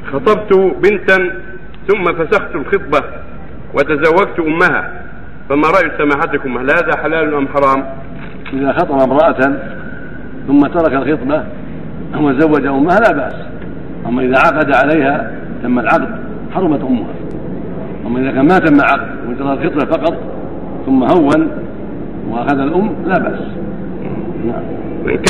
خطبت بنتا ثم فسخت الخطبة وتزوجت أمها، فما رأي سماحتكم؟ هل هذا حلال أم حرام؟ إذا خطب امرأة ثم ترك الخطبة وزوج أمها لا بأس، أما إذا عقد عليها تم العقد حرمت أمها. أما إذا كان ما تم عقد وجرى الخطبة فقط ثم هون وأخذ الأم لا بأس. نعم.